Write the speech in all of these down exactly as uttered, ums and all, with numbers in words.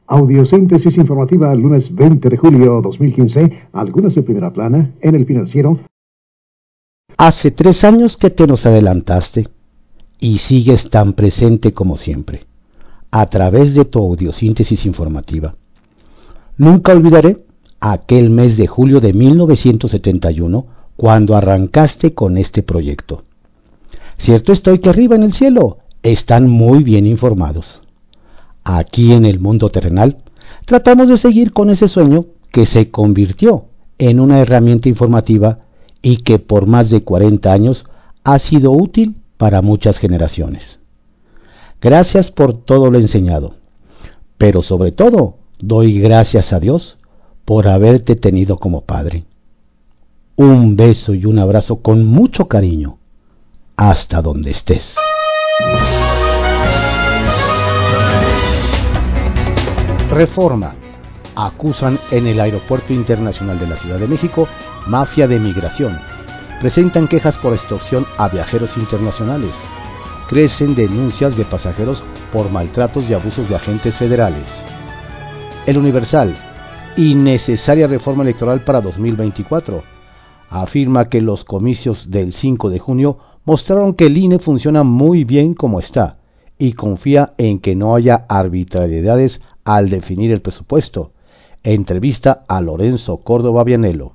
Audiosíntesis informativa, lunes veinte de julio dos mil quince, algunas de primera plana, en El Financiero. Hace tres años que te nos adelantaste y sigues tan presente como siempre, a través de tu audiosíntesis informativa. Nunca olvidaré aquel mes de julio de mil novecientos setenta y uno, cuando arrancaste con este proyecto. Cierto estoy que arriba en el cielo están muy bien informados. Aquí en el mundo terrenal, tratamos de seguir con ese sueño que se convirtió en una herramienta informativa y que por más de cuarenta años ha sido útil para muchas generaciones. Gracias por todo lo enseñado, pero sobre todo doy gracias a Dios por haberte tenido como padre. Un beso y un abrazo con mucho cariño, hasta donde estés. Reforma. Acusan en el Aeropuerto Internacional de la Ciudad de México mafia de migración. Presentan quejas por extorsión a viajeros internacionales. Crecen denuncias de pasajeros por maltratos y abusos de agentes federales. El Universal. Innecesaria reforma electoral para dos mil veinticuatro. Afirma que los comicios del cinco de junio mostraron que el I N E funciona muy bien como está y confía en que no haya arbitrariedades al definir el presupuesto. Entrevista a Lorenzo Córdoba Vianello.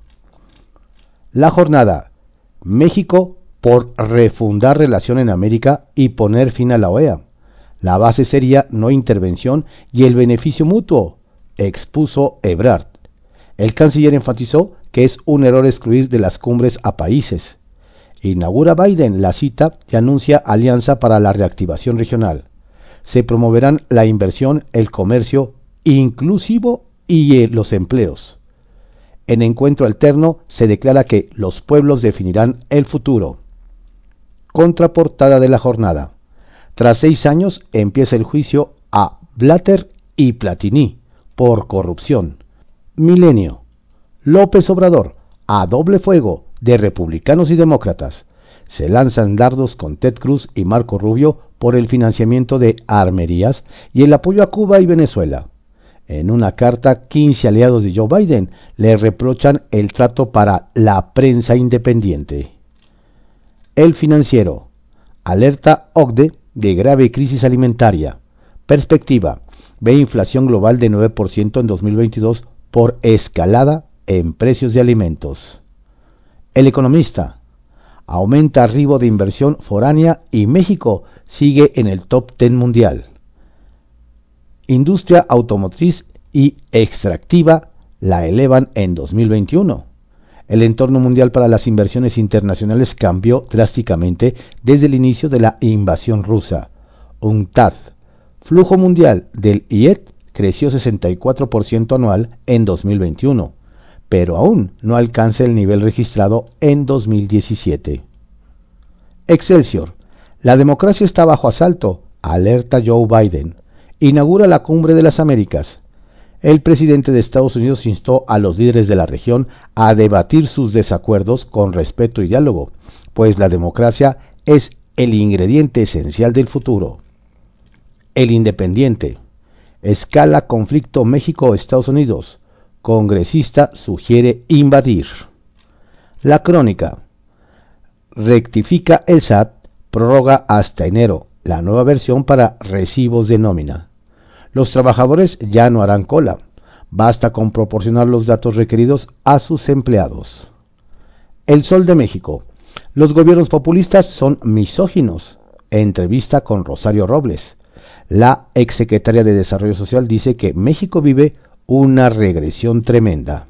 La Jornada. México por refundar relación en América y poner fin a la O E A. La base sería no intervención y el beneficio mutuo, expuso Ebrard. El canciller enfatizó que es un error excluir de las cumbres a países. Inaugura Biden la cita y anuncia alianza para la reactivación regional. Se promoverán la inversión, el comercio inclusivo y eh, los empleos. En encuentro alterno se declara que los pueblos definirán el futuro. Contraportada de la jornada. Tras seis años empieza el juicio a Blatter y Platini por corrupción. Milenio. López Obrador a doble fuego de republicanos y demócratas. Se lanzan dardos con Ted Cruz y Marco Rubio por el financiamiento de armerías y el apoyo a Cuba y Venezuela. En una carta, quince aliados de Joe Biden le reprochan el trato para la prensa independiente. El Financiero. Alerta O C D E de grave crisis alimentaria. Perspectiva. Ve inflación global de nueve por ciento en dos mil veintidós por escalada en precios de alimentos. El Economista. Aumenta arribo de inversión foránea y México sigue en el top diez mundial. Industria automotriz y extractiva la elevan en dos mil veintiuno. El entorno mundial para las inversiones internacionales cambió drásticamente desde el inicio de la invasión rusa. UNCTAD. Flujo mundial del I E T creció sesenta y cuatro por ciento anual en dos mil veintiuno, pero aún no alcanza el nivel registrado en dos mil diecisiete. Excelsior. La democracia está bajo asalto, alerta Joe Biden. Inaugura la Cumbre de las Américas. El presidente de Estados Unidos instó a los líderes de la región a debatir sus desacuerdos con respeto y diálogo, pues la democracia es el ingrediente esencial del futuro. El Independiente. Escala conflicto México-Estados Unidos. Congresista sugiere invadir. La Crónica. Rectifica el S A T, prorroga hasta enero la nueva versión para recibos de nómina. Los trabajadores ya no harán cola, basta con proporcionar los datos requeridos a sus empleados. El Sol de México. Los gobiernos populistas son misóginos. Entrevista con Rosario Robles. La exsecretaria de Desarrollo Social dice que México vive una regresión tremenda.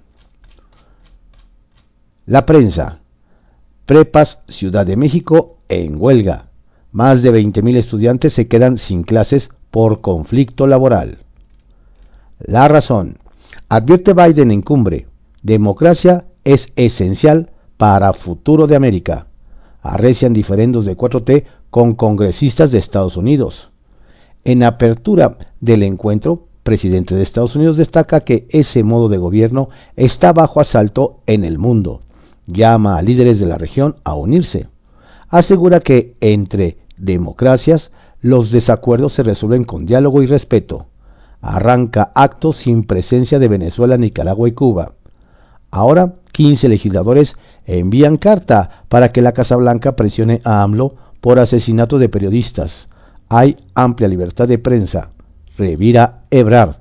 La Prensa. Prepas Ciudad de México en huelga. Más de veinte mil estudiantes se quedan sin clases por conflicto laboral. La Razón. Advierte Biden en cumbre. Democracia es esencial para futuro de América. Arrecian diferendos de cuatro T con congresistas de Estados Unidos. En apertura del encuentro, presidente de Estados Unidos destaca que ese modo de gobierno está bajo asalto en el mundo. Llama a líderes de la región a unirse. Asegura que entre democracias los desacuerdos se resuelven con diálogo y respeto. Arranca acto sin presencia de Venezuela, Nicaragua y Cuba. Ahora, quince legisladores envían carta para que la Casa Blanca presione a AMLO por asesinato de periodistas. Hay amplia libertad de prensa. Revira Ebrard.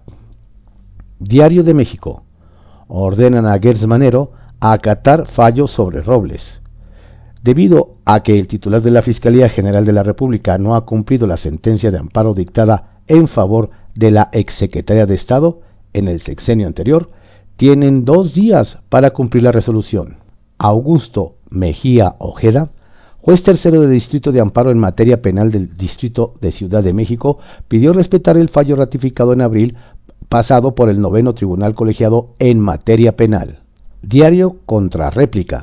Diario de México. Ordenan a Gertz Manero a acatar fallo sobre Robles. Debido a que el titular de la Fiscalía General de la República no ha cumplido la sentencia de amparo dictada en favor de la exsecretaria de Estado en el sexenio anterior, tienen dos días para cumplir la resolución. Augusto Mejía Ojeda, juez tercero de Distrito de Amparo en materia penal del Distrito de Ciudad de México, pidió respetar el fallo ratificado en abril pasado por el noveno Tribunal Colegiado en materia penal. Diario contra réplica.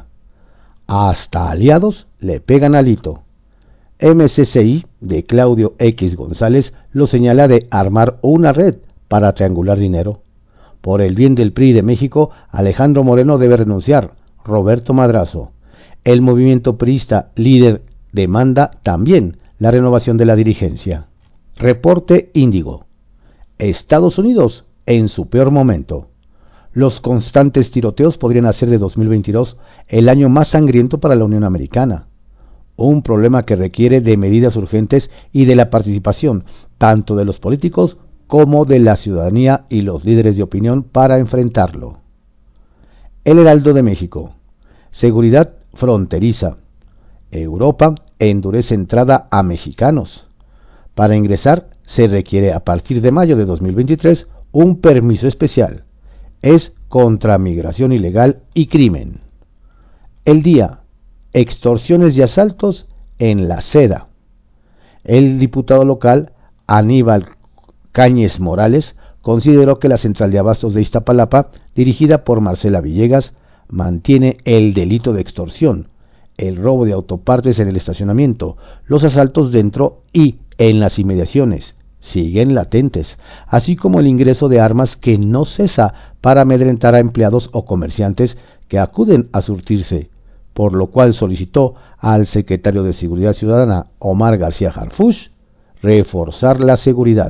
Hasta aliados le pegan a Alito. M C C I de Claudio X González lo señala de armar una red para triangular dinero. Por el bien del P R I de México, Alejandro Moreno debe renunciar. Roberto Madrazo. El movimiento priista líder demanda también la renovación de la dirigencia. Reporte Índigo. Estados Unidos en su peor momento. Los constantes tiroteos podrían hacer de dos mil veintidós el año más sangriento para la Unión Americana. Un problema que requiere de medidas urgentes y de la participación tanto de los políticos como de la ciudadanía y los líderes de opinión para enfrentarlo. El Heraldo de México. Seguridad fronteriza. Europa endurece entrada a mexicanos. Para ingresar se requiere a partir de mayo de dos mil veintitrés un permiso especial. Es contra migración ilegal y crimen. El Día. Extorsiones y asaltos en la Seda. El diputado local Aníbal Cáñez Morales consideró que la central de abastos de Iztapalapa, dirigida por Marcela Villegas, mantiene el delito de extorsión, el robo de autopartes en el estacionamiento, los asaltos dentro y en las inmediaciones siguen latentes, así como el ingreso de armas que no cesa para amedrentar a empleados o comerciantes que acuden a surtirse, por lo cual solicitó al secretario de Seguridad Ciudadana, Omar García Harfuch, reforzar la seguridad.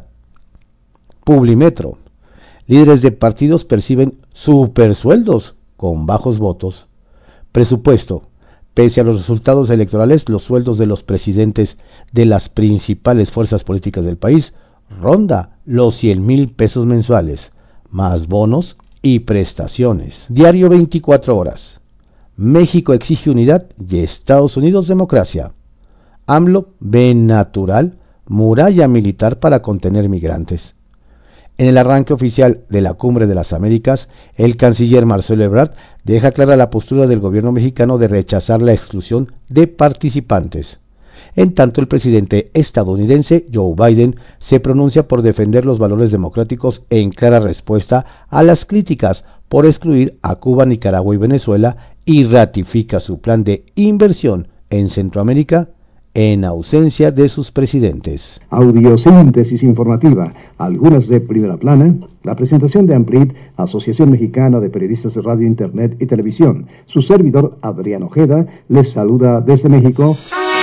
Publimetro. Líderes de partidos perciben supersueldos con bajos votos. Presupuesto. Pese a los resultados electorales, los sueldos de los presidentes de las principales fuerzas políticas del país ronda los cien mil pesos mensuales, más bonos y prestaciones. Diario veinticuatro horas. México exige unidad y Estados Unidos democracia. AMLO ve natural muralla militar para contener migrantes. En el arranque oficial de la Cumbre de las Américas, el canciller Marcelo Ebrard deja clara la postura del gobierno mexicano de rechazar la exclusión de participantes. En tanto, el presidente estadounidense Joe Biden se pronuncia por defender los valores democráticos en clara respuesta a las críticas por excluir a Cuba, Nicaragua y Venezuela y ratifica su plan de inversión en Centroamérica en ausencia de sus presidentes. Audiosíntesis informativa, algunas de primera plana, la presentación de AMPRIT, Asociación Mexicana de Periodistas de Radio, Internet y Televisión. Su servidor, Adrián Ojeda, les saluda desde México.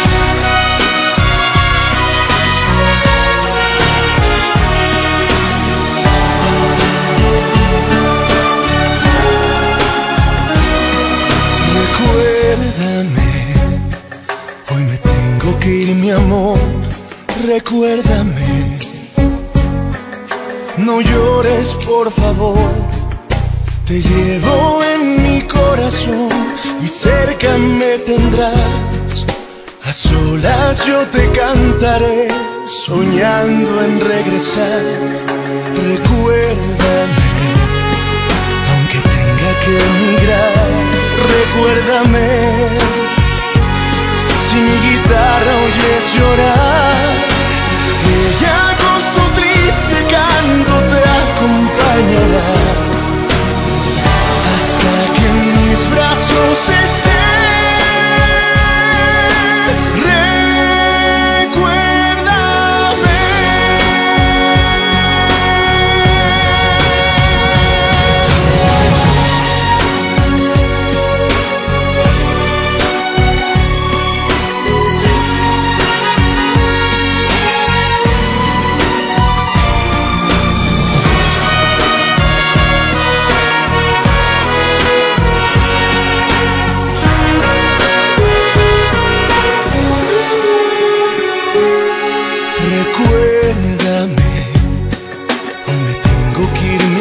Mi amor, recuérdame, no llores por favor, te llevo en mi corazón y cerca me tendrás, a solas yo te cantaré, soñando en regresar, recuérdame, aunque tenga que emigrar, recuérdame. Si mi guitarra oyes llorar, ella con su triste canto te acompañará, hasta que en mis brazos estés.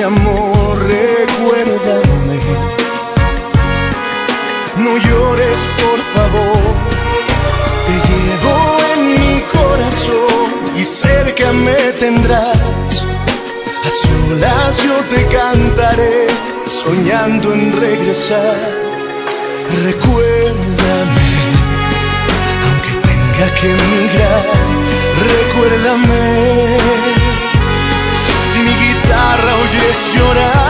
amor, recuérdame. No llores, por favor. Te llevo en mi corazón y cerca me tendrás. A solas yo te cantaré, soñando en regresar. Recuérdame, aunque tenga que emigrar. Recuérdame, si mi guitarra oyes llorar.